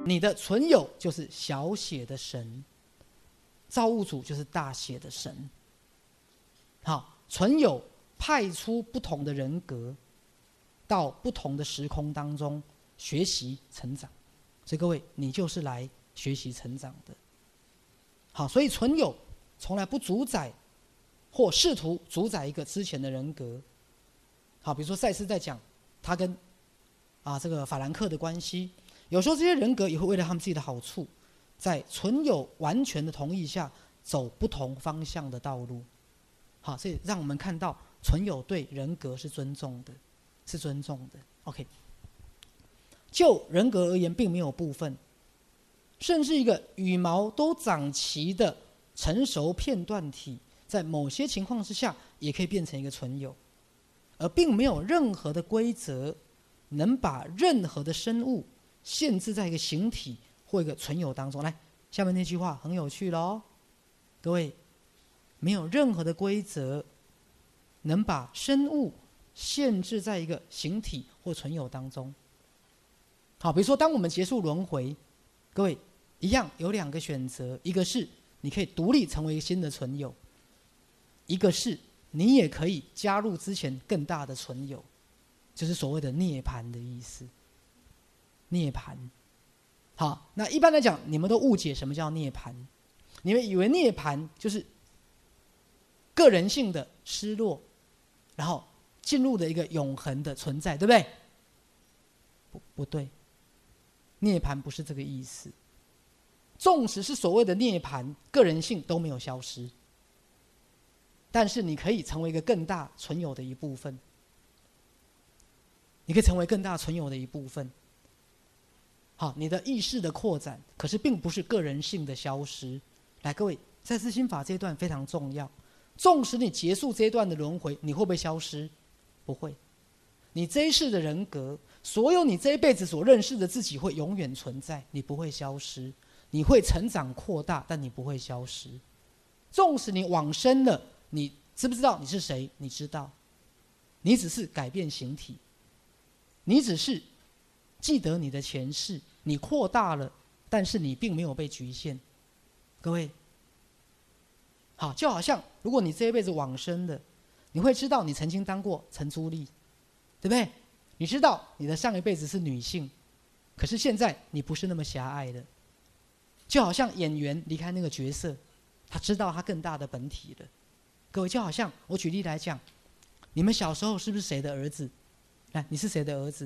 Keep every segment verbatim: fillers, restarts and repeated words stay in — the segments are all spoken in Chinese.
你的存有就是小写的神，造物主就是大写的神。好，存有派出不同的人格到不同的时空当中学习成长，所以各位，你就是来学习成长的。好，所以存有从来不主宰或试图主宰一个之前的人格。好，比如说赛斯在讲他跟啊这个法兰克的关系，有时候这些人格也会为了他们自己的好处，在存有完全的同意下走不同方向的道路。好，所以让我们看到存有对人格是尊重的，是尊重的。OK， 就人格而言，并没有部分，甚至一个羽毛都长齐的成熟片段体，在某些情况之下，也可以变成一个存有，而并没有任何的规则能把任何的生物限制在一个形体或一个存有当中。来，下面那句话很有趣咯，各位，没有任何的规则能把生物限制在一个形体或存有当中。好，比如说当我们结束轮回，各位一样有两个选择，一个是你可以独立成为新的存有，一个是你也可以加入之前更大的存有，就是所谓的涅槃的意思。涅槃，好，那一般来讲，你们都误解什么叫涅槃，你们以为涅槃就是个人性的失落，然后进入了一个永恒的存在，对不对？不，不对，涅槃不是这个意思。纵使是所谓的涅槃，个人性都没有消失，但是你可以成为一个更大存有的一部分，你可以成为更大存有的一部分。好，你的意识的扩展，可是并不是个人性的消失。来，各位，在思心法这一段非常重要。纵使你结束这一段的轮回，你会不会消失？不会。你这一世的人格，所有你这一辈子所认识的自己会永远存在，你不会消失。你会成长扩大，但你不会消失。纵使你往生了，你知不知道你是谁？你知道，你只是改变形体，你只是记得你的前世，你扩大了，但是你并没有被局限。各位，好，就好像如果你这一辈子往生的，你会知道你曾经当过陈珠丽，对不对？你知道你的上一辈子是女性，可是现在你不是那么狭隘的。就好像演员离开那个角色，他知道他更大的本体了。各位，就好像我举例来讲，你们小时候是不是谁的儿子？来，你是谁的儿子？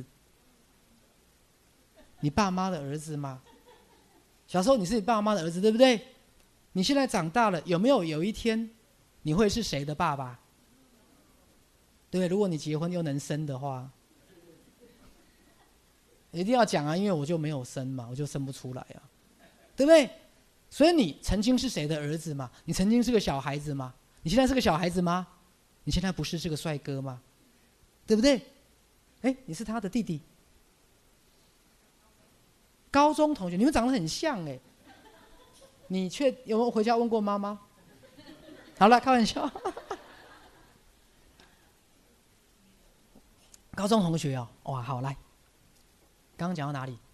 你爸妈的儿子吗？小时候你是你爸妈的儿子，对不对？你现在长大了，有没有有一天你会是谁的爸爸？对不对？如果你结婚又能生的话，一定要讲啊，因为我就没有生嘛，我就生不出来啊。对不对？所以你曾经是谁的儿子吗？你曾经是个小孩子吗？你现在是个小孩子吗？你现在不是是个帅哥吗？对不对？哎，你是他的弟弟，高中同学，你们长得很像哎。你却有没有回家问过妈妈？好了，开玩笑。高中同学哦，哇，好来，刚刚讲到哪里？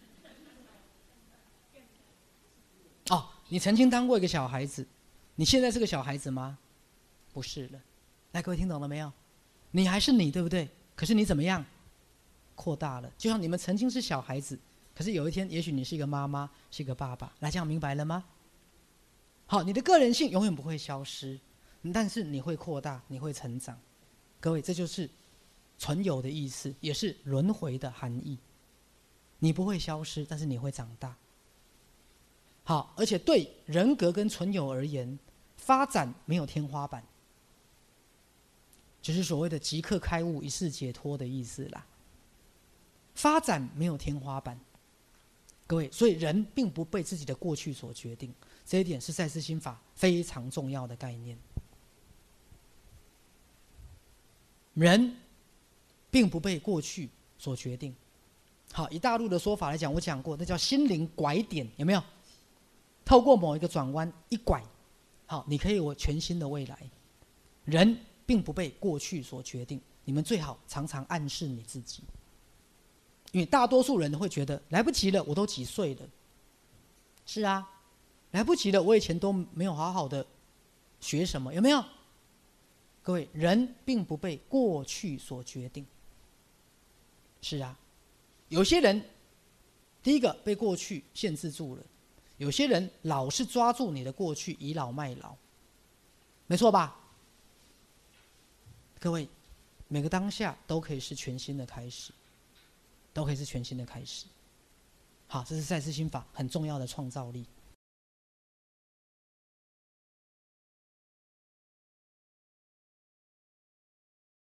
哦，你曾经当过一个小孩子，你现在是个小孩子吗？不是了。来，各位听懂了没有？你还是你，对不对？可是你怎么样？扩大了。就像你们曾经是小孩子，可是有一天，也许你是一个妈妈，是一个爸爸。来，这样明白了吗？好，你的个人性永远不会消失，但是你会扩大，你会成长。各位，这就是存有的意思，也是轮回的含义。你不会消失，但是你会长大。好，而且对人格跟存有而言，发展没有天花板，就是所谓的即刻开悟、一世解脱的意思啦。发展没有天花板，各位，所以人并不被自己的过去所决定，这一点是赛斯心法非常重要的概念。人并不被过去所决定。好，以大陆的说法来讲，我讲过，那叫心灵拐点，有没有？透过某一个转弯一拐，好，你可以有全新的未来。人并不被过去所决定，你们最好常常暗示你自己。 因为大多数人会觉得来不及了，我都几岁了。是啊，来不及了，我以前都没有好好的学什么，有没有？各位，人并不被过去所决定。是啊，有些人第一个被过去限制住了，有些人老是抓住你的过去倚老卖老，没错吧？各位，每个当下都可以是全新的开始，都可以是全新的开始。好，这是赛斯心法很重要的创造力。